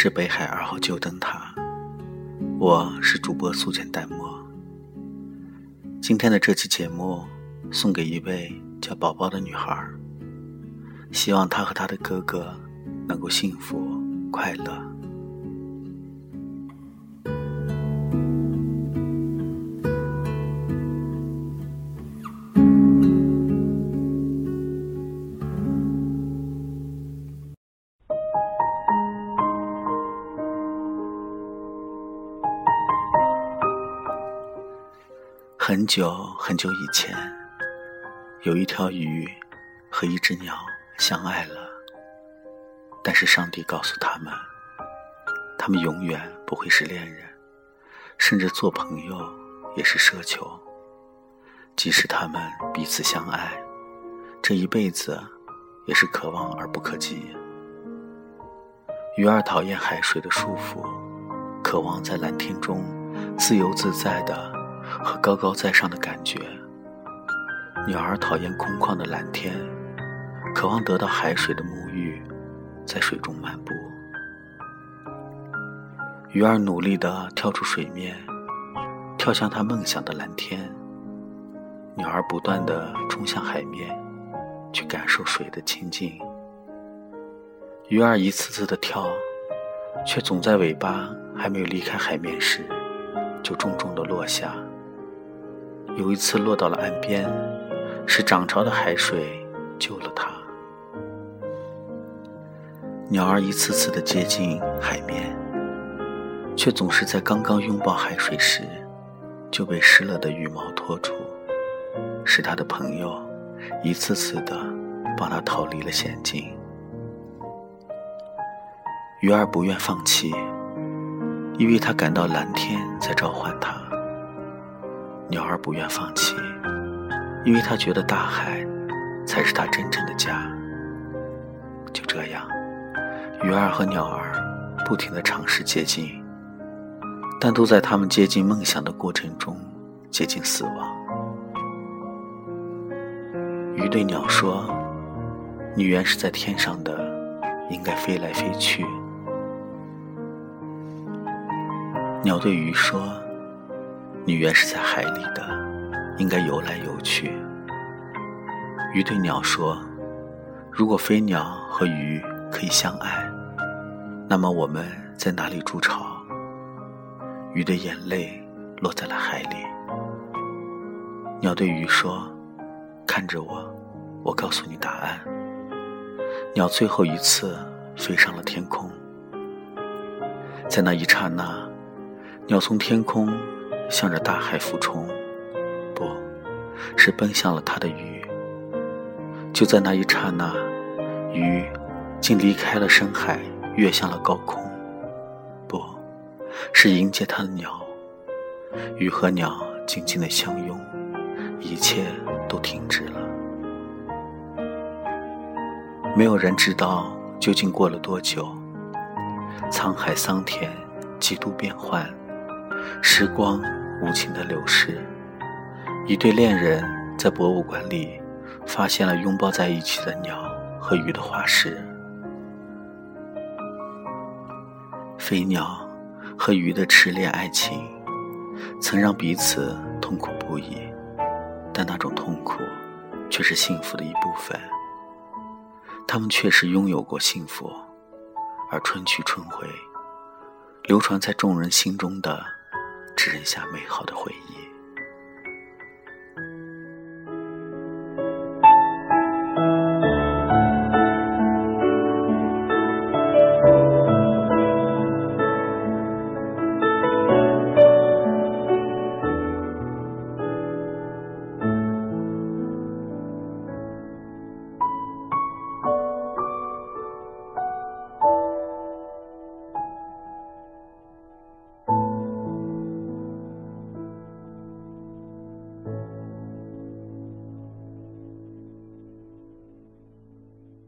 是北海2号旧灯塔，我是主播素简淡漠。今天的这期节目送给一位叫宝宝的女孩，希望她和她的哥哥能够幸福快乐。很久很久以前，有一条鱼和一只鸟相爱了，但是上帝告诉他们永远不会是恋人，甚至做朋友也是奢求。即使他们彼此相爱，这一辈子也是可望而不可及。鱼儿讨厌海水的束缚，渴望在蓝天中自由自在的和高高在上的感觉。鸟儿讨厌空旷的蓝天，渴望得到海水的沐浴，在水中漫步。鱼儿努力地跳出水面，跳向它梦想的蓝天。鸟儿不断地冲向海面，去感受水的清净。鱼儿一次次地跳，却总在尾巴还没有离开海面时就重重地落下。有一次落到了岸边，是涨潮的海水救了它。鸟儿一次次地接近海面，却总是在刚刚拥抱海水时就被湿了的羽毛拖住，使它的朋友一次次地帮它逃离了险境。鱼儿不愿放弃，因为它感到蓝天在召唤它。鸟儿不愿放弃，因为它觉得大海才是它真正的家。就这样，鱼儿和鸟儿不停地尝试接近，但都在他们接近梦想的过程中接近死亡。鱼对鸟说，你原是在天上的，应该飞来飞去。鸟对鱼说，你原是在海里的，应该游来游去。鱼对鸟说，如果飞鸟和鱼可以相爱，那么我们在哪里筑巢？鱼的眼泪落在了海里。鸟对鱼说，看着我，我告诉你答案。鸟最后一次飞上了天空。在那一刹那，鸟从天空向着大海俯冲，不是奔向了它的鱼。就在那一刹那，鱼竟离开了深海，跃向了高空，不是迎接它的鸟。鱼和鸟紧紧地相拥，一切都停止了。没有人知道究竟过了多久，沧海桑田，几度变换，时光无情的流逝。一对恋人在博物馆里发现了拥抱在一起的鸟和鱼的化石。飞鸟和鱼的痴恋爱情曾让彼此痛苦不已，但那种痛苦却是幸福的一部分。他们确实拥有过幸福，而春去春回，流传在众人心中的只剩下美好的回忆。